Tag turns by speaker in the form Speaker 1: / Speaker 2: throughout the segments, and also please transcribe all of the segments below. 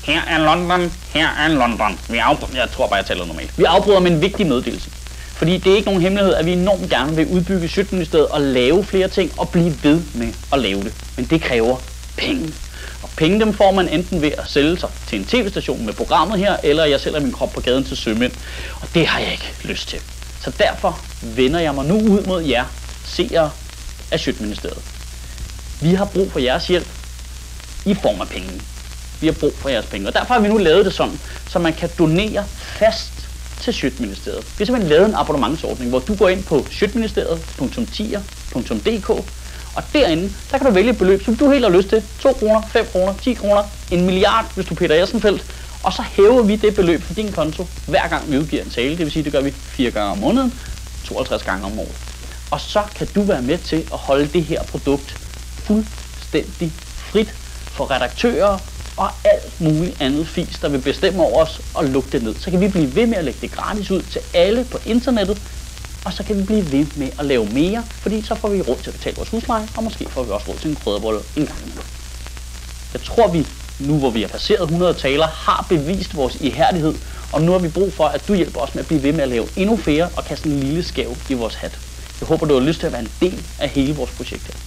Speaker 1: Her er London, her er London. Jeg tror bare, jeg taler normalt. Vi afbryder med en vigtig meddelelse. Fordi det er ikke nogen hemmelighed, at vi enormt gerne vil udbygge Sjøtministeriet og lave flere ting og blive ved med at lave det. Men det kræver penge. Og penge dem får man enten ved at sælge sig til en tv-station med programmet her, eller jeg sælger min krop på gaden til sømænd. Og det har jeg ikke lyst til. Så derfor vender jeg mig nu ud mod jer, seere af Sjøtministeriet. Vi har brug for jeres hjælp i form af penge. Vi har brug for jeres penge, og derfor har vi nu lavet det sådan, så man kan donere fast til Sjøtministeriet. Vi har simpelthen lavet en abonnementsordning, hvor du går ind på sjøtministeriet.tier.dk, og derinde, der kan du vælge et beløb, som du helt har lyst til. 2 kroner, 5 kroner, 10 kroner, 1 milliard, hvis du er Peter Essenfeldt. Og så hæver vi det beløb på din konto, hver gang vi udgiver en tale. Det vil sige, det gør vi 4 gange om måneden, 52 gange om året. Og så kan du være med til at holde det her produkt fuldstændig frit for redaktører og alt muligt andet fis, der vil bestemme over os og lukke det ned. Så kan vi blive ved med at lægge det gratis ud til alle på internettet, og så kan vi blive ved med at lave mere, fordi så får vi råd til at betale vores husleje, og måske får vi også råd til en krydderbolle en gang imellem. Jeg tror, vi nu, hvor vi har passeret 100 taler, har bevist vores ihærdighed, og nu har vi brug for, at du hjælper os med at blive ved med at lave endnu flere og kaste en lille skæv i vores hat. Jeg håber, du har lyst til at være en del af hele vores projekt her.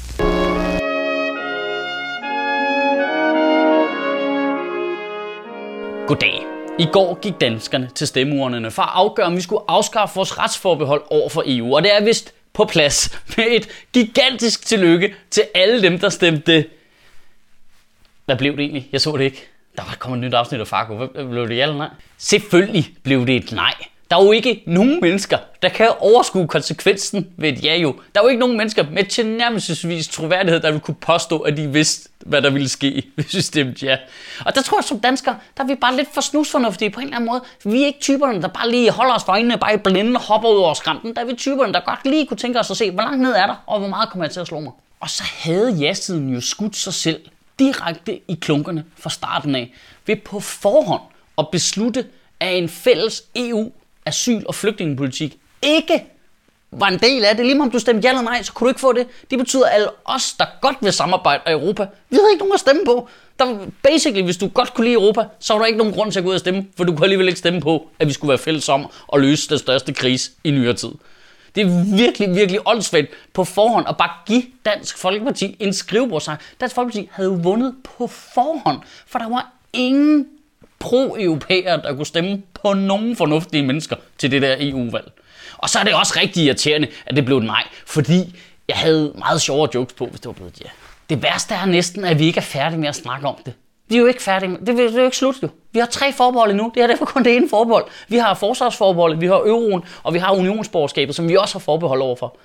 Speaker 1: Goddag. I går gik danskerne til stemmeurnerne for at afgøre, om vi skulle afskaffe vores retsforbehold over for EU. Og det er vist på plads med et gigantisk tillykke til alle dem, der stemte. Hvad blev det egentlig? Jeg så det ikke. Der var kommet et nyt afsnit af Fargo. Hvad blev det, ja eller nej? Selvfølgelig blev det et nej. Der er jo ikke nogen mennesker, der kan overskue konsekvensen ved et ja jo. Der er jo ikke nogen mennesker med tilnærmelsesvis troværdighed, der vil kunne påstå, at de vidste, hvad der ville ske, hvis vi stemte ja. Og der tror jeg som danskere, der er vi bare lidt for snusfornuftige på en eller anden måde. Vi er ikke typerne, der bare lige holder os for øjnene, bare i blinde og hopper ud over skrænten. Der er vi typerne, der godt lige kunne tænke os at se, hvor langt ned er der, og hvor meget kommer jeg til at slå mig. Og så havde ja-siden jo skudt sig selv direkte i klunkerne fra starten af, ved på forhånd at beslutte, at en fælles EU asyl- og flygtningepolitik ikke var en del af det. Lige om du stemte ja eller nej, så kunne du ikke få det. Det betyder, at alle os, der godt vil samarbejde i Europa, vi havde ikke nogen at stemme på. Basically, hvis du godt kunne lide Europa, så var der ikke nogen grund til at gå ud og stemme, for du kunne alligevel ikke stemme på, at vi skulle være fælles om at løse den største krise i nyere tid. Det er virkelig, virkelig åndssvagt på forhånd at bare give Dansk Folkeparti en skrivebordsejr. Dansk Folkeparti havde jo vundet på forhånd, for der var ingen pro-europæere, der kunne stemme på nogen fornuftige mennesker til det der EU-valg. Og så er det også rigtig irriterende, at det blev et nej, fordi jeg havde meget sjovere jokes på, hvis det var blevet ja. Det værste er næsten, at vi ikke er færdige med at snakke om det. Vi er jo ikke færdige med det. Det er jo ikke slut jo. Vi har 3 forbehold endnu. Det er derfor kun det ene forbehold. Vi har forsvarsforbeholdet, vi har euroen, og vi har unionsborgerskabet, som vi også har forbehold overfor.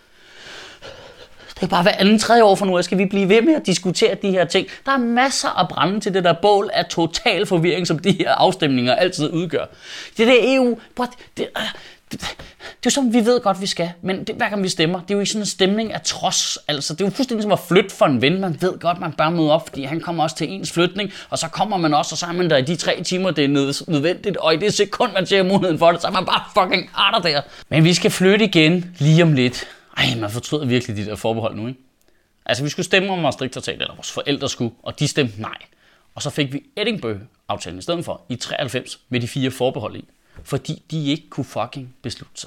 Speaker 1: Det er bare hver anden 3 år for nu, skal vi blive ved med at diskutere de her ting. Der er masser af brænde til det der bål af total forvirring, som de her afstemninger altid udgør. Det der EU, det er jo som vi ved godt, vi skal, men hver gang vi stemmer, det er jo ikke sådan en stemning af trods. Altså, det er jo fuldstændig som at flytte for en ven. Man ved godt, man bør møde op, fordi han kommer også til ens flytning, og så kommer man også, og så er man der i de 3 timer, det er nødvendigt, og i det sekund, man ser muligheden for det, så er man bare fucking arter der. Men vi skal flytte igen lige om lidt. Ej, man fortryder virkelig de der forbehold nu, ikke? Altså, vi skulle stemme om Maastricht-traktaten, eller vores forældre skulle, og de stemte nej. Og så fik vi Edinburgh-aftalen i stedet for, i 93, med de 4 forbehold i. Fordi de ikke kunne fucking beslutte sig.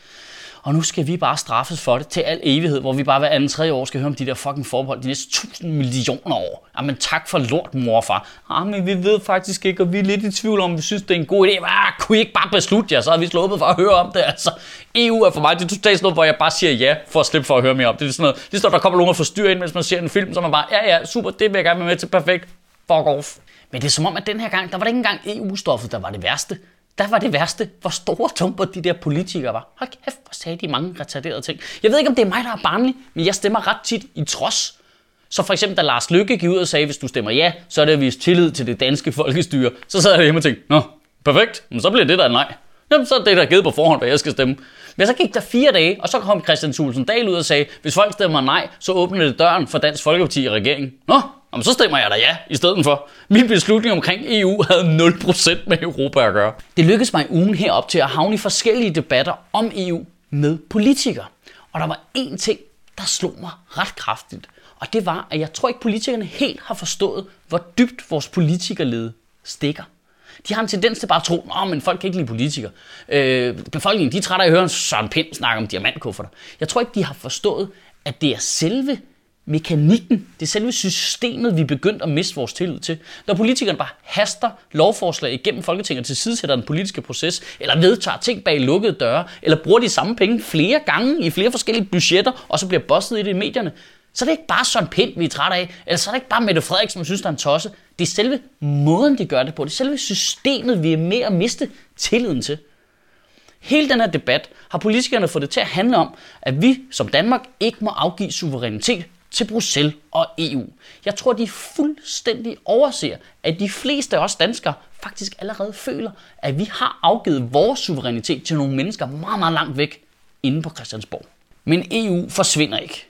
Speaker 1: Og nu skal vi bare straffes for det til al evighed, hvor vi bare hver anden 3 år skal høre om de der fucking forbehold de næste 1000 millioner år. Jamen tak for lort, mor og far. Men vi ved faktisk ikke, og vi er lidt i tvivl om, vi synes, det er en god idé. Kunne I ikke bare beslutte jer, så har vi sluppet for at høre om det. Altså, EU er for mig, det er totalt noget, hvor jeg bare siger ja, for at slippe for at høre mere om det. Det er sådan noget, det står, der kommer nogen og forstyrrer ind, mens man ser en film, så man bare, ja, super, det vil jeg gerne være med til, perfekt, fuck off. Men det er som om, at den her gang, der var det ikke engang EU-stoffet, der var det værste. Der var det værste, hvor store tumper de der politikere var. Hold kæft, hvor sagde de mange retarderede ting. Jeg ved ikke, om det er mig, der er barnlig, men jeg stemmer ret tit i trods. Så for eksempel, da Lars Løkke gik ud og sagde, hvis du stemmer ja, så er det at vise tillid til det danske folkestyre. Så sad jeg hjemme og tænkte, nå, perfekt, men så bliver det der nej. Jamen, så er det der givet på forhånd, hvad jeg skal stemme. Men så gik der 4 dage, og så kom Kristian Thulesen Dahl ud og sagde, hvis folk stemmer nej, så åbner det døren for Dansk Folkeparti i regeringen. Nå, jamen, så stemmer jeg da ja i stedet for. Min beslutning omkring EU havde 0% med Europa at gøre. Det lykkedes mig ugen herop til at havne i forskellige debatter om EU med politikere. Og der var én ting, der slog mig ret kraftigt. Og det var, at jeg tror ikke politikerne helt har forstået, hvor dybt vores politikerlede stikker. De har en tendens til bare at tro, men folk kan ikke lide politikere. Befolkningen, de er trætte af at høre Søren Pind snakke om diamantkufferter. Jeg tror ikke, de har forstået, at det er selve mekanikken, det er selve systemet, vi er begyndt at miste vores tillid til. Når politikerne bare haster lovforslag igennem Folketinget til sidesætter den politiske proces, eller vedtager ting bag lukkede døre, eller bruger de samme penge flere gange i flere forskellige budgetter, og så bliver bustet i det i medierne, så er det ikke bare Søren Pind, vi er trætte af, eller så er det ikke bare Mette Frederiksen, som synes, der er en tosse. Det er selve måden, de gør det på. Det er selve systemet, vi er med at miste tilliden til. Hele den her debat har politikerne fået det til at handle om, at vi som Danmark ikke må afgive suverænitet til Bruxelles og EU. Jeg tror, de fuldstændig overser, at de fleste af os danskere faktisk allerede føler, at vi har afgivet vores suverænitet til nogle mennesker meget, meget langt væk inde på Christiansborg. Men EU forsvinder ikke.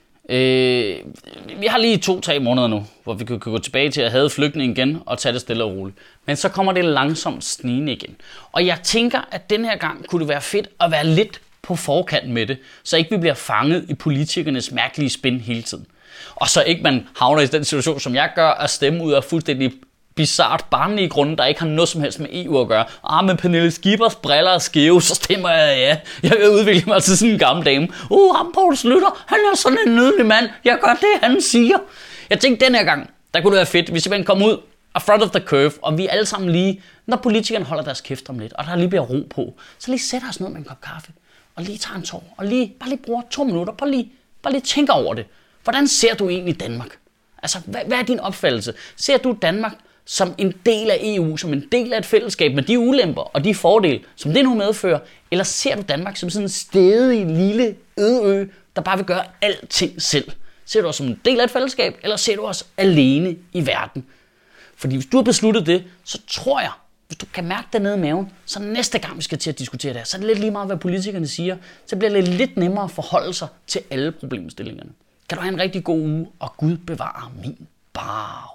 Speaker 1: Vi har lige 2-3 måneder nu, hvor vi kan gå tilbage til at have flygtninge igen og tage det stille og roligt. Men så kommer det langsomt snigende igen. Og jeg tænker, at den her gang kunne det være fedt at være lidt på forkant med det, så ikke vi bliver fanget i politikernes mærkelige spin hele tiden. Og så ikke man havner i den situation, som jeg gør, at stemme ud af fuldstændig bizart barnlige grunde, der ikke har noget som helst med EU at gøre. Men Pernille Skippers briller er skæve, så stemmer jeg ja. Jeg vil udvikle mig til sådan en gammel dame. Ham Poul Schlüter, han er sådan en nydelig mand. Jeg gør det, han siger. Jeg tænkte, den her gang, der kunne det være fedt, hvis vi simpelthen kom ud af front of the curve, og vi alle sammen lige, når politikerne holder deres kæft om lidt, og der lige bliver ro på, så lige sætter os ned med en kop kaffe, og lige tager en tår, og bare lige bruger 2 minutter, bare lige tænker over det. Hvordan ser du egentlig Danmark? Altså, hvad er din opfattelse? Ser du Danmark som en del af EU, som en del af et fællesskab med de ulemper og de fordele, som det nu medfører? Eller ser du Danmark som sådan en stedig lille ø, der bare vil gøre alting selv? Ser du os som en del af et fællesskab, eller ser du os alene i verden? Fordi hvis du har besluttet det, så tror jeg, hvis du kan mærke det nede i maven, så næste gang vi skal til at diskutere det her, så er det lidt lige meget, hvad politikerne siger. Så bliver det lidt nemmere at forholde sig til alle problemstillingerne. Kan du have en rigtig god uge, og Gud bevare min bar.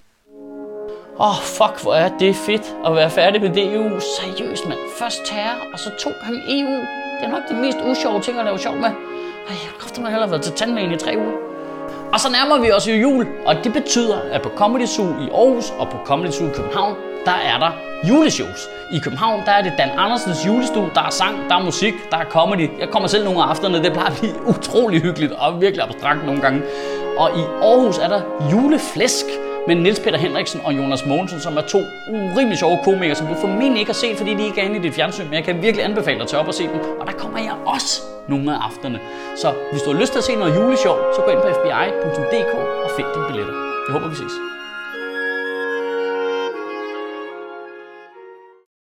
Speaker 1: Fuck, hvor er det fedt at være færdig med det EU. Seriøst, mand. Først terror, og så 2 gange EU. Det er nok de mest usjove ting at lave sjov med. Jeg har kraftigt hellere været til tandlægen i 3 uger. Og så nærmer vi os jo jul, og det betyder, at på Comedy Zoo i Aarhus og på Comedy Zoo i København, der er der juleshows. I København, der er det Dan Andersens julestue, der er sang, der er musik, der er comedy. Jeg kommer selv nogle af aftenerne, det plejer at blive utrolig hyggeligt og virkelig abstrakt nogle gange. Og i Aarhus er der juleflæsk med Niels Peter Henriksen og Jonas Mogensen, som er 2 urimelig sjove komikere, som du formentlig ikke har set, fordi de ikke er inde i dit fjernsyn, men jeg kan virkelig anbefale dig til op og se dem. Og der kommer jeg også nogle af aftenerne. Så hvis du har lyst til at se noget juleshow, så gå ind på fbi.dk og find dine billetter. Jeg håber, vi ses.